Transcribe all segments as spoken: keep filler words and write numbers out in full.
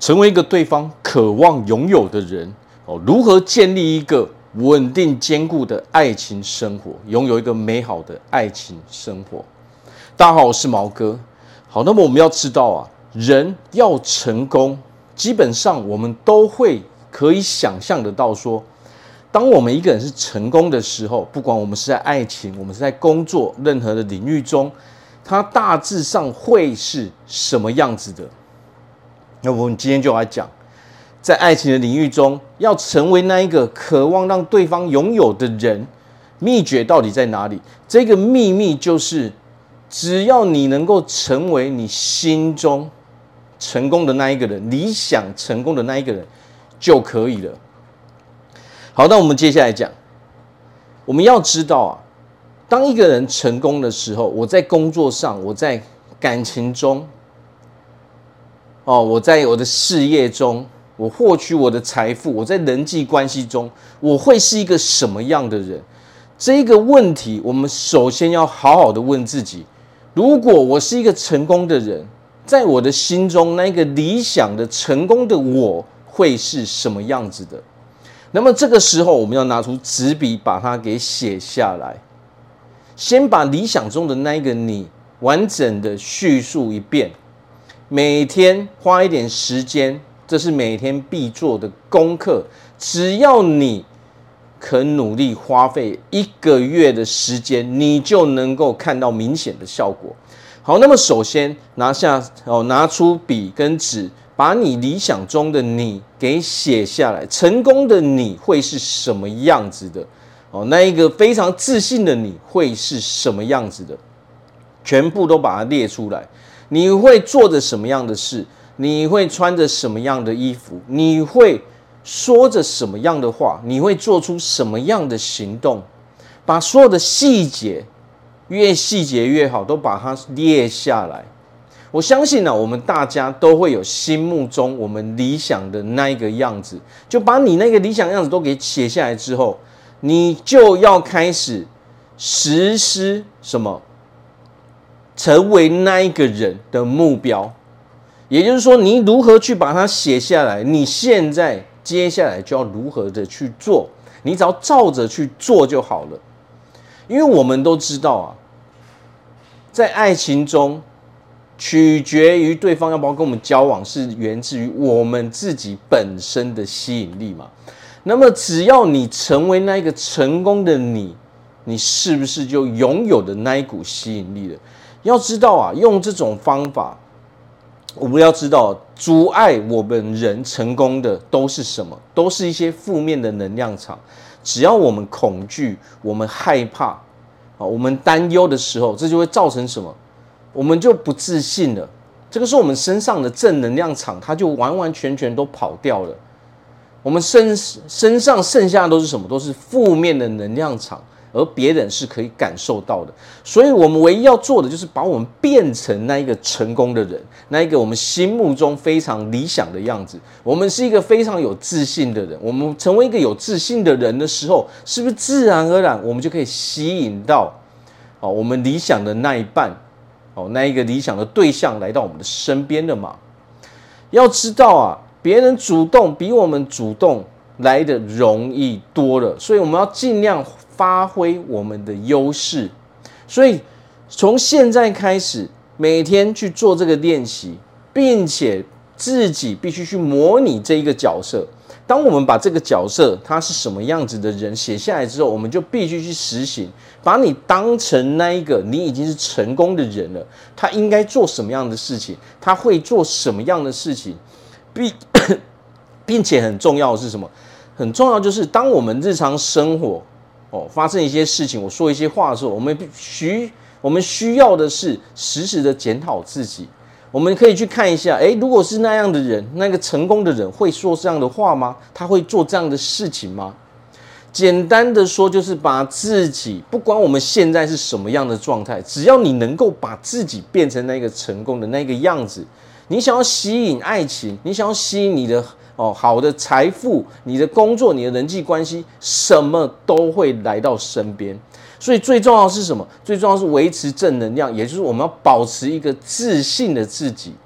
成为一个对方渴望拥有的人哦，如何建立一个稳定坚固的爱情生活，拥有一个美好的爱情生活。大家好，我是毛哥。好，那么我们要知道啊，人要成功，基本上我们都会可以想象得到说，当我们一个人是成功的时候，不管我们是在爱情，我们是在工作，任何的领域中，它大致上会是什么样子的？那我们今天就来讲，在爱情的领域中，要成为那一个渴望让对方拥有的人，秘诀到底在哪里？这个秘密就是，只要你能够成为你心中成功的那一个人，理想成功的那一个人就可以了。好，那我们接下来讲，我们要知道啊，当一个人成功的时候，我在工作上，我在感情中，哦，我在我的事业中，我获取我的财富，我在人际关系中，我会是一个什么样的人？这个问题，我们首先要好好的问自己：如果我是一个成功的人，在我的心中，那个理想的成功的我会是什么样子的？那么这个时候，我们要拿出纸笔，把它给写下来。先把理想中的那一个你完整的叙述一遍。每天花一点时间，这是每天必做的功课。只要你肯努力花费一个月的时间，你就能够看到明显的效果。好，那么首先拿下哦，拿出笔跟纸，把你理想中的你给写下来。成功的你会是什么样子的？哦，那一个非常自信的你会是什么样子的？全部都把它列出来。你会做着什么样的事？你会穿着什么样的衣服？你会说着什么样的话？你会做出什么样的行动？把所有的细节，越细节越好，都把它列下来。我相信呢、啊，我们大家都会有心目中我们理想的那一个样子。就把你那个理想样子都给写下来之后，你就要开始实施什么？成为那一个人的目标，也就是说，你如何去把它写下来？你现在接下来就要如何的去做？你只要照着去做就好了。因为我们都知道啊，在爱情中，取决于对方要不要跟我们交往，是源自于我们自己本身的吸引力嘛。那么，只要你成为那一个成功的你，你是不是就拥有的那一股吸引力了？要知道啊，用这种方法，我们要知道，阻碍我们人成功的都是什么？都是一些负面的能量场。只要我们恐惧、我们害怕、啊，我们担忧的时候，这就会造成什么？我们就不自信了。这个时候，我们身上的正能量场，它就完完全全都跑掉了。我们身身上剩下的都是什么？都是负面的能量场。而别人是可以感受到的，所以我们唯一要做的就是把我们变成那一个成功的人，那一个我们心目中非常理想的样子。我们是一个非常有自信的人，我们成为一个有自信的人的时候，是不是自然而然我们就可以吸引到哦我们理想的那一半，哦那一个理想的对象来到我们的身边的嘛？要知道啊，别人主动比我们主动来的容易多了，所以我们要尽量发挥我们的优势，所以从现在开始，每天去做这个练习，并且自己必须去模拟这一个角色。当我们把这个角色他是什么样子的人写下来之后，我们就必须去实行，把你当成那一个你已经是成功的人了。他应该做什么样的事情？他会做什么样的事情？并并且很重要的是什么？很重要就是当我们日常生活。哦，发生一些事情，我说一些话的时候，我们需我们需要的是时时的检讨自己。我们可以去看一下，诶，如果是那样的人，那个成功的人会说这样的话吗？他会做这样的事情吗？简单的说，就是把自己，不管我们现在是什么样的状态，只要你能够把自己变成那个成功的那个样子，你想要吸引爱情，你想要吸引你的。哦，好的财富，你的工作，你的人际关系，什么都会来到身边。所以最重要的是什么？最重要的是维持正能量，也就是我们要保持一个自信的自己。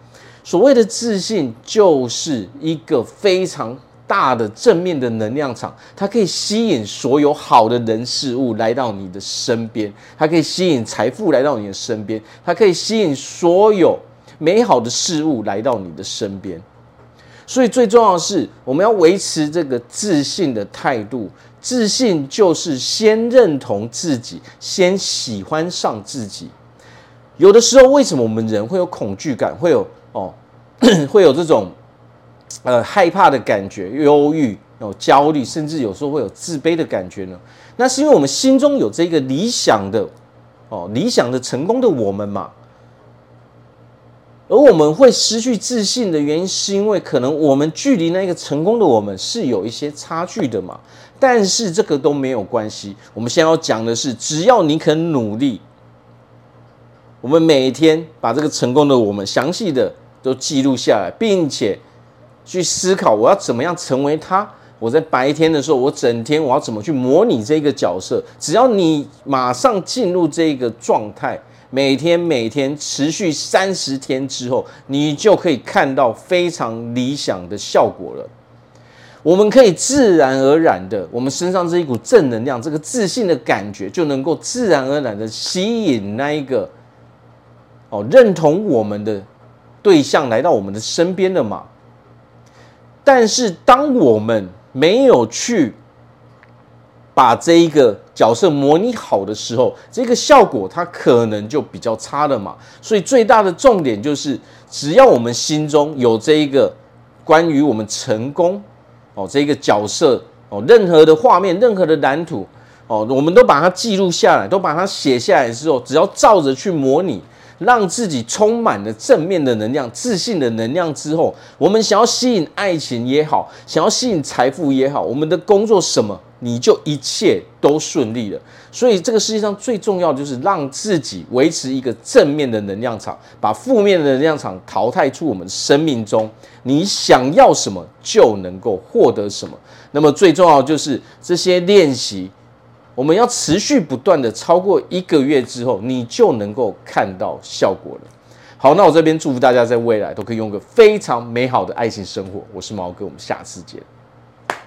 所谓的自信，就是一个非常大的正面的能量场，它可以吸引所有好的人事物来到你的身边，它可以吸引财富来到你的身边，它可以吸引所有美好的事物来到你的身边。所以最重要的是，我们要维持这个自信的态度。自信就是先认同自己，先喜欢上自己。有的时候，为什么我们人会有恐惧感，会有哦，会有这种呃害怕的感觉、忧郁、有焦虑，甚至有时候会有自卑的感觉呢？那是因为我们心中有这个理想的哦，理想的成功的我们嘛。而我们会失去自信的原因，是因为可能我们距离那个成功的我们是有一些差距的嘛。但是这个都没有关系。我们现在要讲的是，只要你肯努力，我们每天把这个成功的我们详细的都记录下来，并且去思考我要怎么样成为他。我在白天的时候，我整天我要怎么去模拟这个角色？只要你马上进入这个状态，每天每天持续三十天之后，你就可以看到非常理想的效果了。我们可以自然而然的，我们身上这一股正能量，这个自信的感觉，就能够自然而然的吸引那一个哦认同我们的对象来到我们的身边了嘛。但是当我们没有去把这一个角色模拟好的时候，这个效果它可能就比较差了嘛。所以最大的重点就是，只要我们心中有这一个关于我们成功哦这个角色哦任何的画面、任何的蓝图哦，我们都把它记录下来，都把它写下来之后，只要照着去模拟，让自己充满了正面的能量、自信的能量之后，我们想要吸引爱情也好，想要吸引财富也好，我们的工作什么，你就一切都顺利了。所以这个世界上最重要的就是让自己维持一个正面的能量场，把负面的能量场淘汰出我们生命中。你想要什么就能够获得什么。那么最重要的就是这些练习，我们要持续不断的，超过一个月之后，你就能够看到效果了。好，那我这边祝福大家在未来都可以拥有个非常美好的爱情生活。我是毛哥，我们下次见。